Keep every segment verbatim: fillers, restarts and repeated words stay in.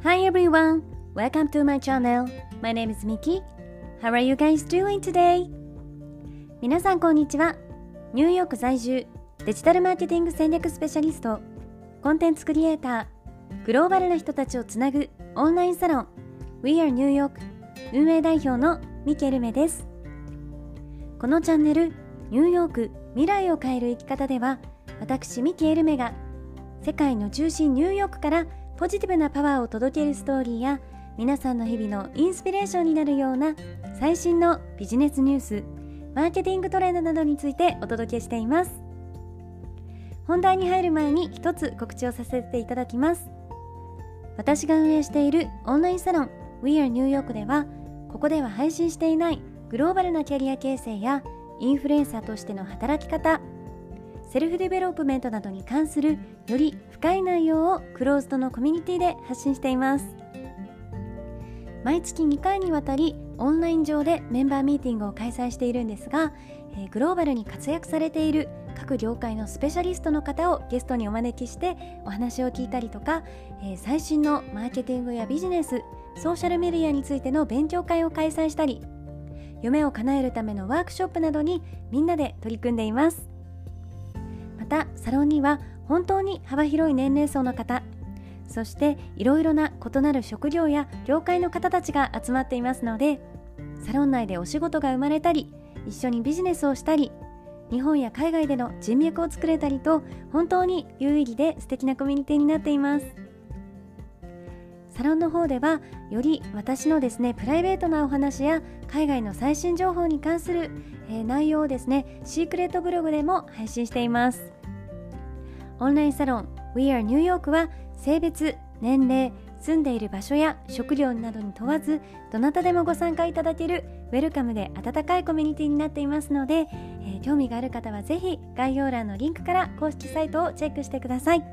Hi everyone, welcome to my channel. My name is Miki. How are you guys doing today? 皆さんこんにちは。ニューヨーク在住デジタルマーケティング戦略スペシャリスト、コンテンツクリエイター、グローバルな人たちをつなぐオンラインサロン We are New York 運営代表のミキエルメです。このチャンネルニューヨーク未来を変える生き方では、私ミキエルメが世界の中心ニューヨークからポジティブなパワーを届けるストーリーや、皆さんの日々のインスピレーションになるような最新のビジネスニュース、マーケティングトレンドなどについてお届けしています。本題に入る前に一つ告知をさせていただきます。私が運営しているオンラインサロン We are New York では、ここでは配信していないグローバルなキャリア形成やインフルエンサーとしての働き方、セルフデベロップメントなどに関するより深い内容をクローズドのコミュニティで発信しています。毎月にかいにわたりオンライン上でメンバーミーティングを開催しているんですが、えー、グローバルに活躍されている各業界のスペシャリストの方をゲストにお招きしてお話を聞いたりとか、えー、最新のマーケティングやビジネス、ソーシャルメディアについての勉強会を開催したり、夢を叶えるためのワークショップなどにみんなで取り組んでいます。またサロンには本当に幅広い年齢層の方、そしていろいろな異なる職業や業界の方たちが集まっていますので、サロン内でお仕事が生まれたり、一緒にビジネスをしたり、日本や海外での人脈を作れたりと、本当に有意義で素敵なコミュニティになっています。サロンの方ではより私のですねプライベートなお話や海外の最新情報に関する、えー、内容をですねシークレットブログでも配信しています。オンラインサロン We are New York は性別、年齢、住んでいる場所や職業などに問わず、どなたでもご参加いただけるウェルカムで温かいコミュニティになっていますので、えー、興味がある方はぜひ概要欄のリンクから公式サイトをチェックしてください。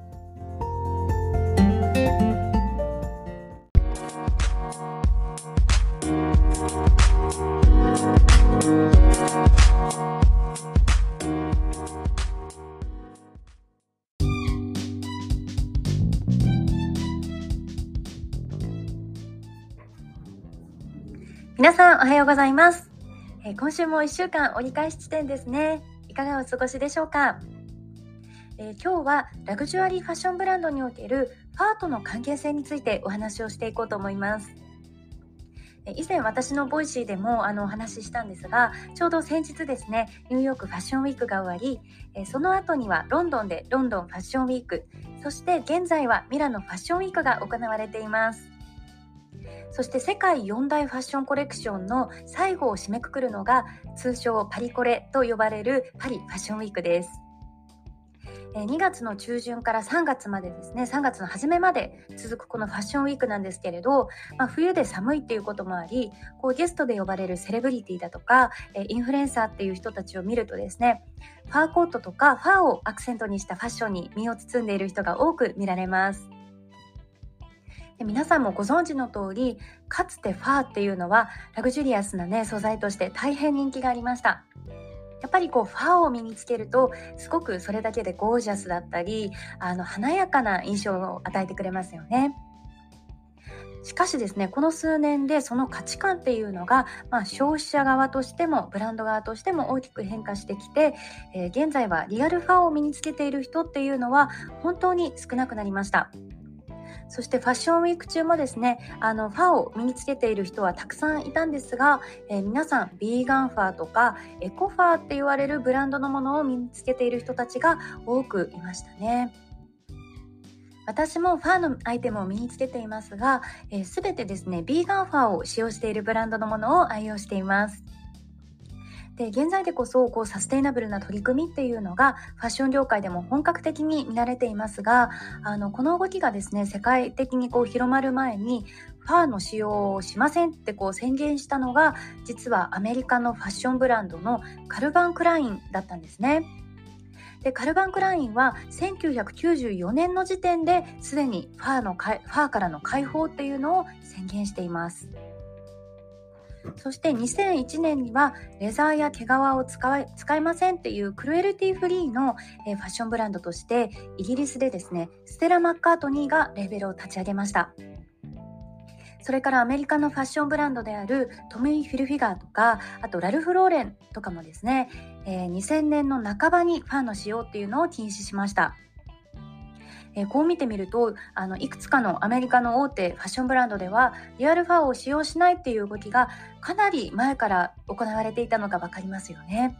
皆さんおはようございます。えー、今週もいっしゅうかん折り返し地点ですね。いかがお過ごしでしょうか。えー、今日はラグジュアリーファッションブランドにおけるファーとの関係性についてお話をしていこうと思います。えー、以前私のボイシーでもあのお話ししたんですが、ちょうど先日ですねニューヨークファッションウィークが終わり、えー、その後にはロンドンでロンドンファッションウィーク、そして現在はミラノファッションウィークが行われています。そして世界よん大ファッションコレクションの最後を締めくくるのが、通称パリコレと呼ばれるパリファッションウィークです。にがつの中旬からさんがつまでですね、さんがつの初めまで続くこのファッションウィークなんですけれど、まあ、冬で寒いっていうこともあり、こうゲストで呼ばれるセレブリティだとかインフルエンサーっていう人たちを見るとですね、ファーコートとかファーをアクセントにしたファッションに身を包んでいる人が多く見られます。で皆さんもご存知の通り、かつてファーっていうのはラグジュリアスな、ね、素材として大変人気がありました。やっぱりこうファーを身につけるとすごくそれだけでゴージャスだったり、あの華やかな印象を与えてくれますよね。しかしですね、この数年でその価値観っていうのが、まあ、消費者側としてもブランド側としても大きく変化してきて、えー、現在はリアルファーを身につけている人っていうのは本当に少なくなりました。そしてファッションウィーク中もですね、あのファーを身につけている人はたくさんいたんですが、えー、皆さんビーガンファーとかエコファーって言われるブランドのものを身につけている人たちが多くいましたね。私もファーのアイテムを身につけていますが、えー、全てですねビーガンファーを使用しているブランドのものを愛用しています。で現在でこそこうサステイナブルな取り組みっていうのがファッション業界でも本格的に見られていますが、あのこの動きがですね世界的にこう広まる前にファーの使用をしませんってこう宣言したのが、実はアメリカのファッションブランドのカルバン・クラインだったんですね。でカルバン・クラインはせんきゅうひゃくきゅうじゅうよねんの時点ですでにファーのファーからの解放っていうのを宣言しています。そしてにせんいちねんにはレザーや毛皮を使い、使いませんっていうクルエルティフリーの、えー、ファッションブランドとしてイギリスでですねステラ・マッカートニーがレーベルを立ち上げました。 それからアメリカのファッションブランドであるトミー・ヒルフィガーとか、あとラルフ・ローレンとかもですね、えー、にせんねんの半ばにファーの使用っていうのを禁止しました。えー、こう見てみると、あのいくつかのアメリカの大手ファッションブランドではリアルファーを使用しないっていう動きがかなり前から行われていたのが分かりますよね。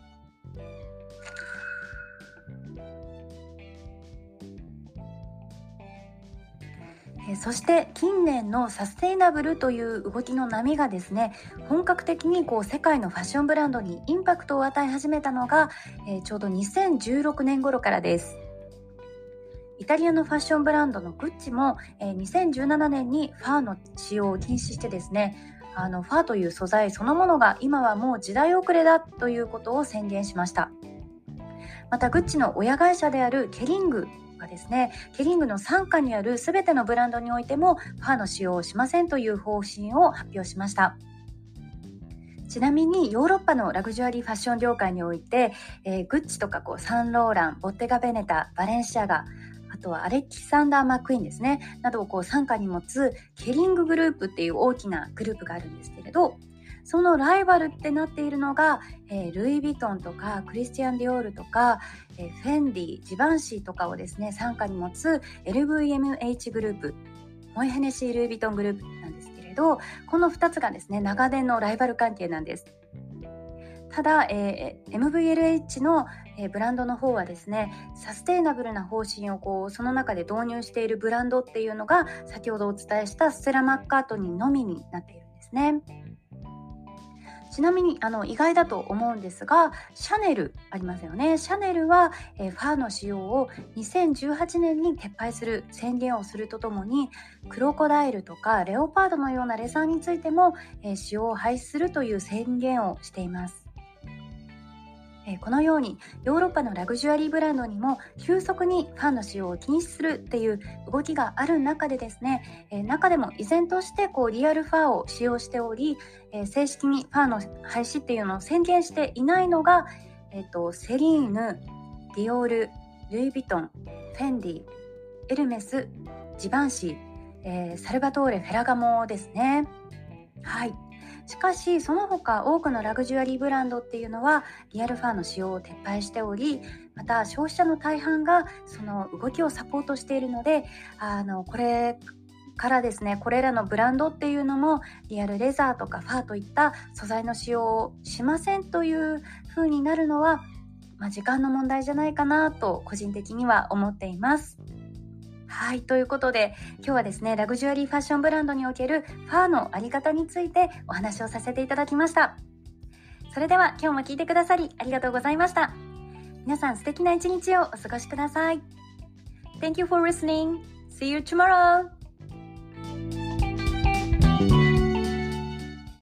えそして近年のサステイナブルという動きの波がですね、本格的にこう世界のファッションブランドにインパクトを与え始めたのが、えーちょうどにせんじゅうろくねん頃からです。イタリアのファッションブランドのグッチも、えーにせんじゅうななねんにファーの使用を禁止してですね、あのファーという素材そのものが今はもう時代遅れだということを宣言しました。またグッチの親会社であるケリングがですね、ケリングの傘下にあるすべてのブランドにおいてもファーの使用をしませんという方針を発表しました。ちなみにヨーロッパのラグジュアリーファッション業界において、えーグッチとかこうサンローラン、ボッテガ・ベネタ、バレンシアガ、あとはアレキサンダー・マックイーンですね、などをこう傘下に持つケリンググループっていう大きなグループがあるんですけれど、そのライバルってなっているのが、えールイ・ヴィトンとかクリスティアン・ディオールとか、えーフェンディ、ジバンシーとかをですね傘下に持つ エルブイエムエイチ グループ、モエヘネシー・ルイ・ヴィトングループなんですけれど、このふたつがですね長年のライバル関係なんです。ただ、えー エムブイエルエイチ の、えーブランドの方はですね、サステイナブルな方針をこうその中で導入しているブランドっていうのが先ほどお伝えしたステラ・マッカートニーのみになっているんですね。ちなみにあの意外だと思うんですが、シャネルありますよね。シャネルは、えーファーの使用をにせんじゅうはちねんに撤廃する宣言をするとともに、クロコダイルとかレオパードのようなレザーについても、えー使用を廃止するという宣言をしています。えーこのようにヨーロッパのラグジュアリーブランドにも急速にファンの使用を禁止するっていう動きがある中でですね、えー中でも依然としてこうリアルファーを使用しており、えー正式にファーの廃止っていうのを宣言していないのが、えーとセリーヌ、ディオール、ルイ・ヴィトン、フェンディ、エルメス、ジバンシー、えーサルバトーレ・フェラガモですね。はい。しかしその他多くのラグジュアリーブランドっていうのはリアルファーの使用を撤廃しており、また消費者の大半がその動きをサポートしているので、あのこれからですね、これらのブランドっていうのもリアルレザーとかファーといった素材の使用をしませんという風になるのは、まあ、時間の問題じゃないかなと個人的には思っています。はい、ということで今日はですね、ラグジュアリーファッションブランドにおけるファーのあり方についてお話をさせていただきました。それでは今日も聞いてくださりありがとうございました。皆さん素敵な一日をお過ごしください。Thank you for listening. See you tomorrow.